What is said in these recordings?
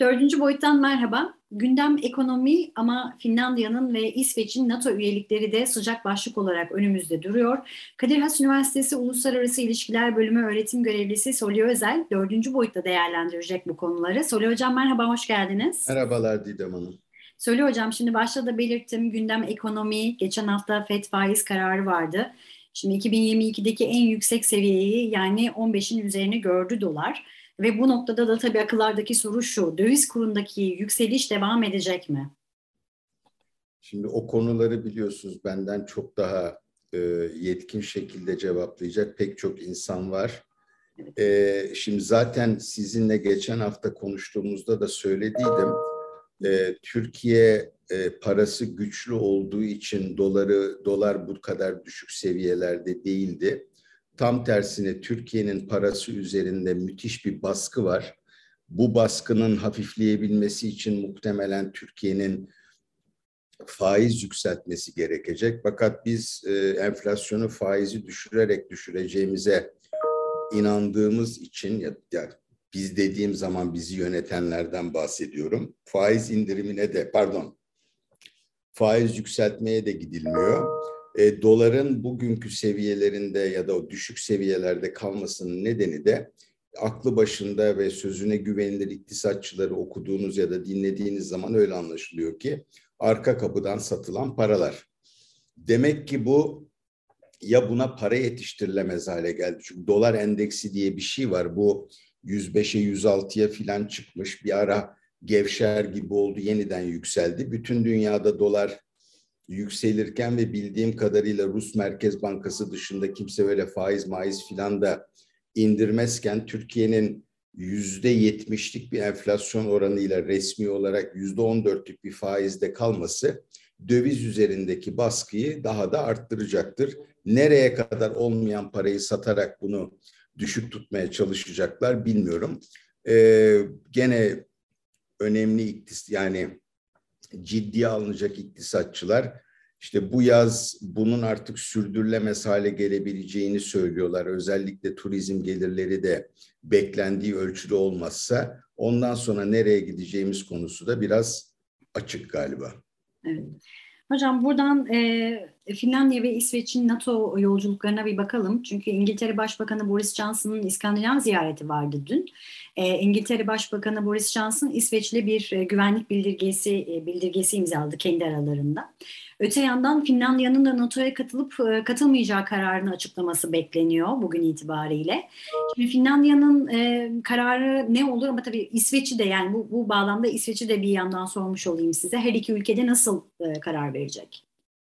Dördüncü boyuttan merhaba. Gündem ekonomi ama Finlandiya'nın ve İsveç'in NATO üyelikleri de sıcak başlık olarak önümüzde duruyor. Kadir Has Üniversitesi Uluslararası İlişkiler Bölümü öğretim görevlisi Soli Özel, dördüncü boyutta değerlendirecek bu konuları. Soli Hocam merhaba, hoş geldiniz. Merhabalar Didem Hanım. Soli Hocam, şimdi başta da belirttim, gündem ekonomi, geçen hafta FED faiz kararı vardı. Şimdi 2022'deki en yüksek seviyeyi yani 15'in üzerini gördü dolar. Ve bu noktada da tabii akıllardaki soru şu: döviz kurundaki yükseliş devam edecek mi? Şimdi o konuları biliyorsunuz benden çok daha e, yetkin şekilde cevaplayacak pek çok insan var. Evet. Şimdi zaten sizinle geçen hafta konuştuğumuzda da söylediydim. Türkiye parası güçlü olduğu için dolar bu kadar düşük seviyelerde değildi. Tam tersine Türkiye'nin parası üzerinde müthiş bir baskı var. Bu baskının hafifleyebilmesi için muhtemelen Türkiye'nin faiz yükseltmesi gerekecek. Fakat biz enflasyonu faizi düşürerek düşüreceğimize inandığımız için yani biz dediğim zaman bizi yönetenlerden bahsediyorum. Faiz indirimine de faiz yükseltmeye de gidilmiyor. Doların bugünkü seviyelerinde ya da o düşük seviyelerde kalmasının nedeni de aklı başında ve sözüne güvenilir iktisatçıları okuduğunuz ya da dinlediğiniz zaman öyle anlaşılıyor ki arka kapıdan satılan paralar. Demek ki bu ya buna para yetiştirilemez hale geldi. Çünkü dolar endeksi diye bir şey var. Bu 105'e 106'ya filan çıkmış. Bir ara gevşer gibi oldu, yeniden yükseldi. Bütün dünyada dolar yükselirken ve bildiğim kadarıyla Rus Merkez Bankası dışında kimse öyle faiz filan da indirmezken Türkiye'nin %70'lik bir enflasyon oranıyla resmi olarak %14'lük bir faizde kalması döviz üzerindeki baskıyı daha da arttıracaktır. Nereye kadar olmayan parayı satarak bunu düşük tutmaya çalışacaklar bilmiyorum. Gene önemli yani ciddiye alınacak iktisatçılar işte bu yaz bunun artık sürdürülemez hale gelebileceğini söylüyorlar. Özellikle turizm gelirleri de beklendiği ölçüde olmazsa ondan sonra nereye gideceğimiz konusu da biraz açık galiba. Evet. Hocam buradan Finlandiya ve İsveç'in NATO yolculuklarına bir bakalım. Çünkü İngiltere Başbakanı Boris Johnson'ın İskandinav ziyareti vardı dün. İngiltere Başbakanı Boris Johnson İsveç'le bir güvenlik bildirgesi imzaladı kendi aralarında. Öte yandan Finlandiya'nın da NATO'ya katılıp katılmayacağı kararını açıklaması bekleniyor bugün itibariyle. Şimdi Finlandiya'nın kararı ne olur, ama tabii İsveç'i de, yani bu bağlamda İsveç'i de bir yandan sormuş olayım size. Her iki ülkede nasıl karar verecek?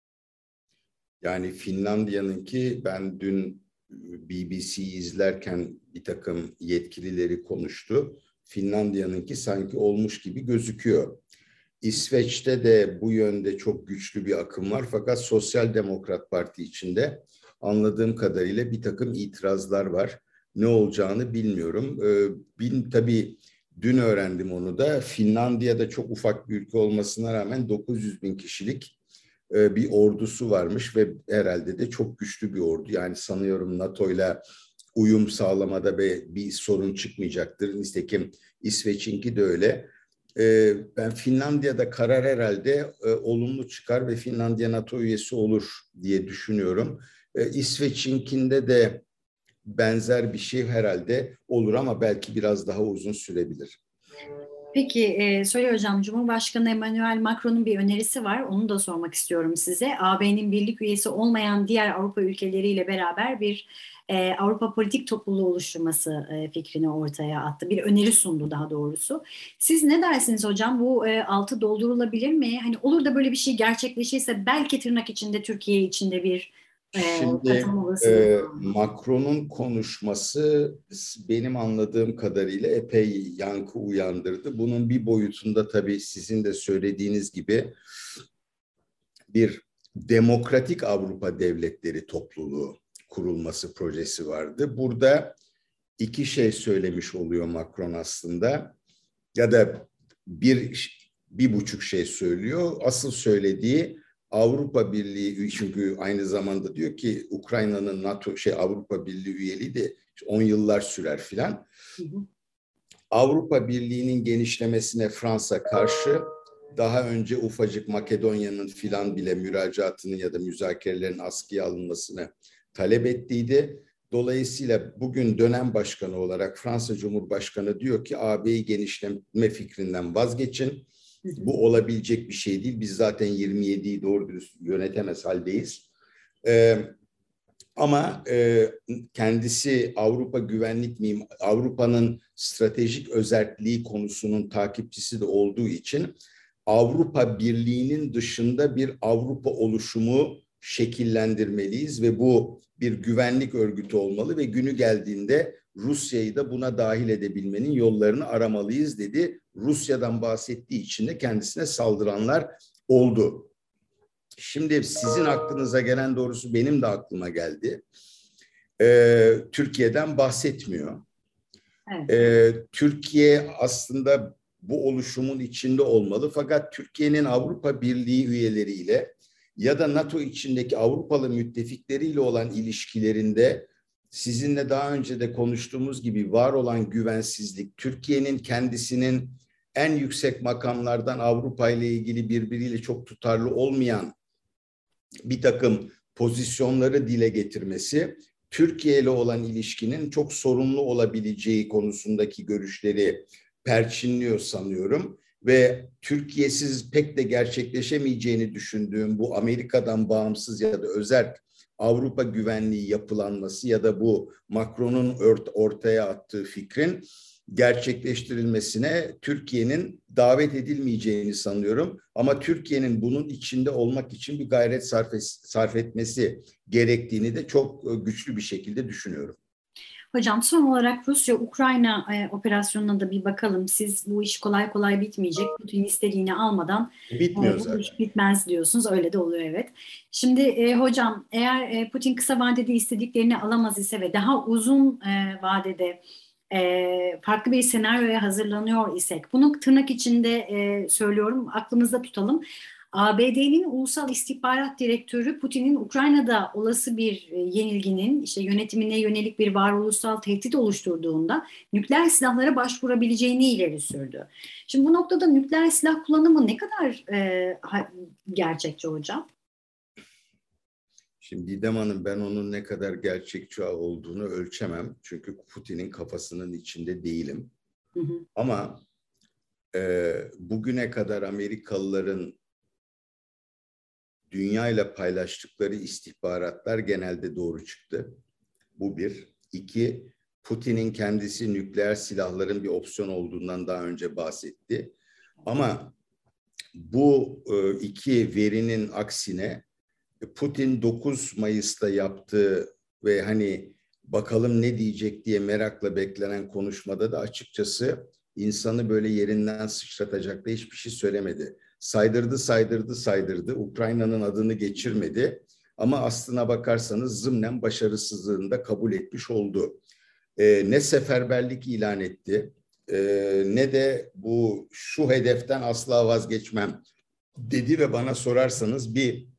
Yani Finlandiya'nınki ben dün BBC'yi izlerken bir takım yetkilileri konuştu. Finlandiya'nınki sanki olmuş gibi gözüküyor. İsveç'te de bu yönde çok güçlü bir akım var. Fakat Sosyal Demokrat Parti içinde anladığım kadarıyla bir takım itirazlar var. Ne olacağını bilmiyorum. Tabii dün öğrendim onu da. Finlandiya'da çok ufak bir ülke olmasına rağmen 900 bin kişilik bir ordusu varmış ve herhalde de çok güçlü bir ordu. Yani sanıyorum NATO'yla uyum sağlamada bir sorun çıkmayacaktır. Nitekim İsveç'inki de öyle. Ben Finlandiya'da karar herhalde olumlu çıkar ve Finlandiya NATO üyesi olur diye düşünüyorum. İsveç'inkinde de benzer bir şey herhalde olur ama belki biraz daha uzun sürebilir. Peki, Söyle Hocam, Cumhurbaşkanı Emmanuel Macron'un bir önerisi var. Onu da sormak istiyorum size. AB'nin birlik üyesi olmayan diğer Avrupa ülkeleriyle beraber bir Avrupa Politik Topluluğu oluşturması fikrini ortaya attı. Bir öneri sundu daha doğrusu. Siz ne dersiniz hocam? Bu altı doldurulabilir mi? Hani olur da böyle bir şey gerçekleşirse belki tırnak içinde Türkiye içinde bir Şimdi katılım olasılığı var mı? Macron'un konuşması benim anladığım kadarıyla epey yankı uyandırdı. Bunun bir boyutunda tabii sizin de söylediğiniz gibi bir demokratik Avrupa devletleri topluluğu kurulması projesi vardı. Burada iki şey söylemiş oluyor Macron aslında ya da bir buçuk şey söylüyor. Asıl söylediği Avrupa Birliği, çünkü aynı zamanda diyor ki Ukrayna'nın Avrupa Birliği üyeliği de 10 yıllar sürer filan. Hı hı. Avrupa Birliği'nin genişlemesine Fransa karşı, daha önce ufacık Makedonya'nın filan bile müracaatının ya da müzakerelerin askıya alınmasını talep ettiydi. Dolayısıyla bugün dönem başkanı olarak Fransa Cumhurbaşkanı diyor ki AB'yi genişleme fikrinden vazgeçin. Bu olabilecek bir şey değil. Biz zaten 27'yi doğru dürüst yönetemez haldeyiz. Ama kendisi Avrupa güvenlik Avrupa'nın stratejik özelliği konusunun takipçisi de olduğu için Avrupa Birliği'nin dışında bir Avrupa oluşumu şekillendirmeliyiz ve bu bir güvenlik örgütü olmalı ve günü geldiğinde Rusya'yı da buna dahil edebilmenin yollarını aramalıyız dedi. Rusya'dan bahsettiği için de kendisine saldıranlar oldu. Şimdi sizin aklınıza gelen, doğrusu benim de aklıma geldi. Türkiye'den bahsetmiyor. Evet. Türkiye aslında bu oluşumun içinde olmalı. Fakat Türkiye'nin Avrupa Birliği üyeleriyle ya da NATO içindeki Avrupalı müttefikleriyle olan ilişkilerinde sizinle daha önce de konuştuğumuz gibi var olan güvensizlik, Türkiye'nin kendisinin en yüksek makamlardan Avrupa ile ilgili birbiriyle çok tutarlı olmayan bir takım pozisyonları dile getirmesi, Türkiye ile olan ilişkinin çok sorunlu olabileceği konusundaki görüşleri perçinliyor sanıyorum. Ve Türkiye'siz pek de gerçekleşemeyeceğini düşündüğüm bu Amerika'dan bağımsız ya da özerk Avrupa güvenliği yapılanması ya da bu Macron'un ortaya attığı fikrin gerçekleştirilmesine Türkiye'nin davet edilmeyeceğini sanıyorum. Ama Türkiye'nin bunun içinde olmak için bir gayret sarf etmesi gerektiğini de çok güçlü bir şekilde düşünüyorum. Hocam son olarak Rusya-Ukrayna operasyonuna da bir bakalım. Siz bu iş kolay kolay bitmeyecek. Putin istediğini almadan bitmiyor bu iş bitmez diyorsunuz. Öyle de oluyor, evet. Şimdi hocam eğer Putin kısa vadede istediklerini alamaz ise ve daha uzun vadede farklı bir senaryoya hazırlanıyor isek, bunu tırnak içinde söylüyorum, aklımızda tutalım. ABD'nin Ulusal İstihbarat Direktörü Putin'in Ukrayna'da olası bir yenilginin işte yönetimine yönelik bir varoluşsal tehdit oluşturduğunda nükleer silahlara başvurabileceğini ileri sürdü. Şimdi bu noktada nükleer silah kullanımı ne kadar gerçekçi hocam? Şimdi Didem Hanım, ben onun ne kadar gerçekçi olduğunu ölçemem. Çünkü Putin'in kafasının içinde değilim. Hı hı. Ama bugüne kadar Amerikalıların dünyayla paylaştıkları istihbaratlar genelde doğru çıktı. Bu bir. İki, Putin'in kendisi nükleer silahların bir opsiyon olduğundan daha önce bahsetti. Ama bu iki verinin aksine Putin 9 Mayıs'ta yaptığı ve hani bakalım ne diyecek diye merakla beklenen konuşmada da açıkçası insanı böyle yerinden sıçratacak da hiçbir şey söylemedi. Saydırdı. Ukrayna'nın adını geçirmedi. Ama aslına bakarsanız zımnen başarısızlığını da kabul etmiş oldu. Ne seferberlik ilan etti, ne de şu hedeften asla vazgeçmem dedi ve bana sorarsanız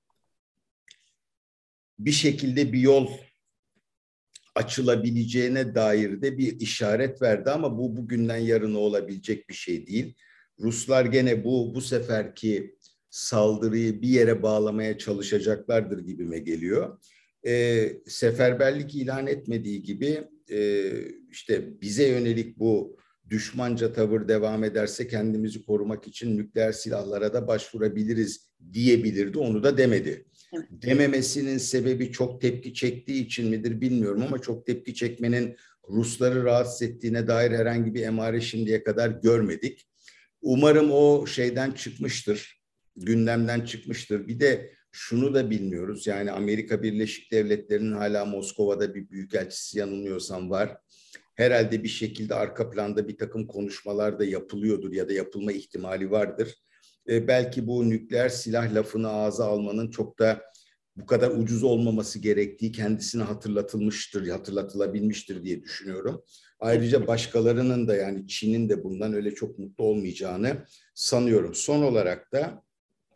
bir şekilde bir yol açılabileceğine dair de bir işaret verdi ama bu bugünden yarına olabilecek bir şey değil. Ruslar gene bu seferki saldırıyı bir yere bağlamaya çalışacaklardır gibime geliyor. Seferberlik ilan etmediği gibi işte bize yönelik bu düşmanca tavır devam ederse kendimizi korumak için nükleer silahlara da başvurabiliriz diyebilirdi. Onu da demedi. Evet. Dememesinin sebebi çok tepki çektiği için midir bilmiyorum ama çok tepki çekmenin Rusları rahatsız ettiğine dair herhangi bir emare şimdiye kadar görmedik. Umarım o şeyden çıkmıştır, gündemden çıkmıştır. Bir de şunu da bilmiyoruz, yani Amerika Birleşik Devletleri'nin hala Moskova'da bir büyükelçisi yanılmıyorsam var. Herhalde bir şekilde arka planda bir takım konuşmalar da yapılıyordur ya da yapılma ihtimali vardır. Belki bu nükleer silah lafını ağza almanın çok da bu kadar ucuz olmaması gerektiği kendisine hatırlatılabilmiştir diye düşünüyorum. Ayrıca başkalarının da, yani Çin'in de bundan öyle çok mutlu olmayacağını sanıyorum. Son olarak da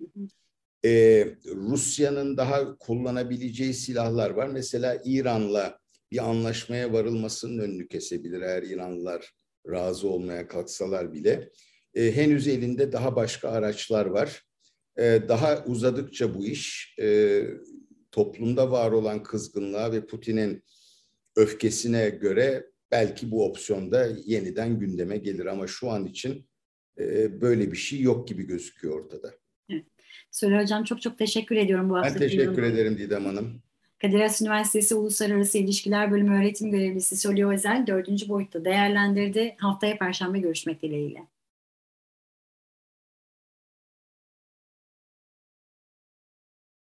Rusya'nın daha kullanabileceği silahlar var. Mesela İran'la bir anlaşmaya varılmasının önünü kesebilir eğer İranlılar razı olmaya kalksalar bile henüz elinde daha başka araçlar var. Daha uzadıkça bu iş toplumda var olan kızgınlığa ve Putin'in öfkesine göre belki bu opsiyon da yeniden gündeme gelir ama şu an için böyle bir şey yok gibi gözüküyor ortada. Evet. Söyle Hocam, çok çok teşekkür ediyorum bu Ben hafta. teşekkür ederim Didem Hanım. Kadir Has Üniversitesi Uluslararası İlişkiler Bölümü öğretim görevlisi Soli Özel 4. boyutta değerlendirdi. Haftaya Perşembe görüşmek dileğiyle.